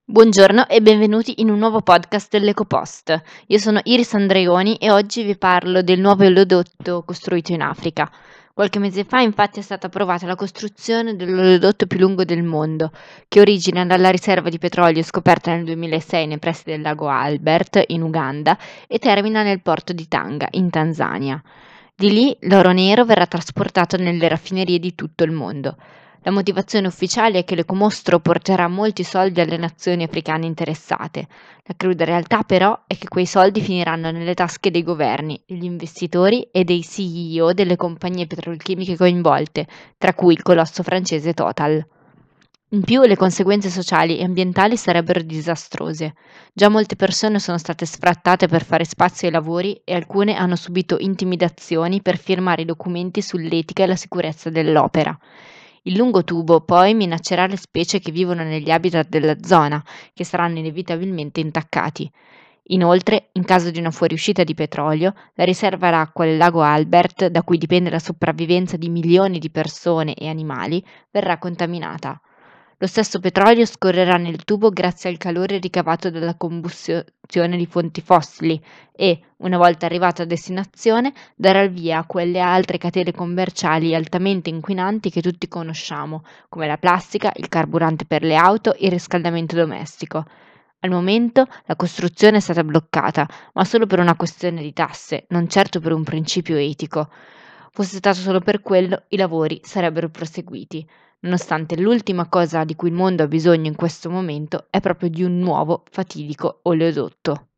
Buongiorno e benvenuti in un nuovo podcast dell'Ecopost. Io sono Iris Andreoni e oggi vi parlo del nuovo oleodotto costruito in Africa. Qualche mese fa infatti è stata approvata la costruzione dell'oleodotto più lungo del mondo, che origina dalla riserva di petrolio scoperta nel 2006 nei pressi del lago Albert in Uganda e termina nel porto di Tanga in Tanzania. Di lì l'oro nero verrà trasportato nelle raffinerie di tutto il mondo. La motivazione ufficiale è che l'ecomostro porterà molti soldi alle nazioni africane interessate. La cruda realtà però è che quei soldi finiranno nelle tasche dei governi, degli investitori e dei CEO delle compagnie petrolchimiche coinvolte, tra cui il colosso francese Total. In più le conseguenze sociali e ambientali sarebbero disastrose. Già molte persone sono state sfrattate per fare spazio ai lavori e alcune hanno subito intimidazioni per firmare i documenti sull'etica e la sicurezza dell'opera. Il lungo tubo poi minaccerà le specie che vivono negli habitat della zona, che saranno inevitabilmente intaccati. Inoltre, in caso di una fuoriuscita di petrolio, la riserva d'acqua del lago Albert, da cui dipende la sopravvivenza di milioni di persone e animali, verrà contaminata. Lo stesso petrolio scorrerà nel tubo grazie al calore ricavato dalla combustione di fonti fossili e, una volta arrivato a destinazione, darà il via a quelle altre catene commerciali altamente inquinanti che tutti conosciamo, come la plastica, il carburante per le auto, il riscaldamento domestico. Al momento la costruzione è stata bloccata, ma solo per una questione di tasse, non certo per un principio etico. Fosse stato solo per quello, i lavori sarebbero proseguiti, nonostante l'ultima cosa di cui il mondo ha bisogno in questo momento è proprio di un nuovo fatidico oleodotto.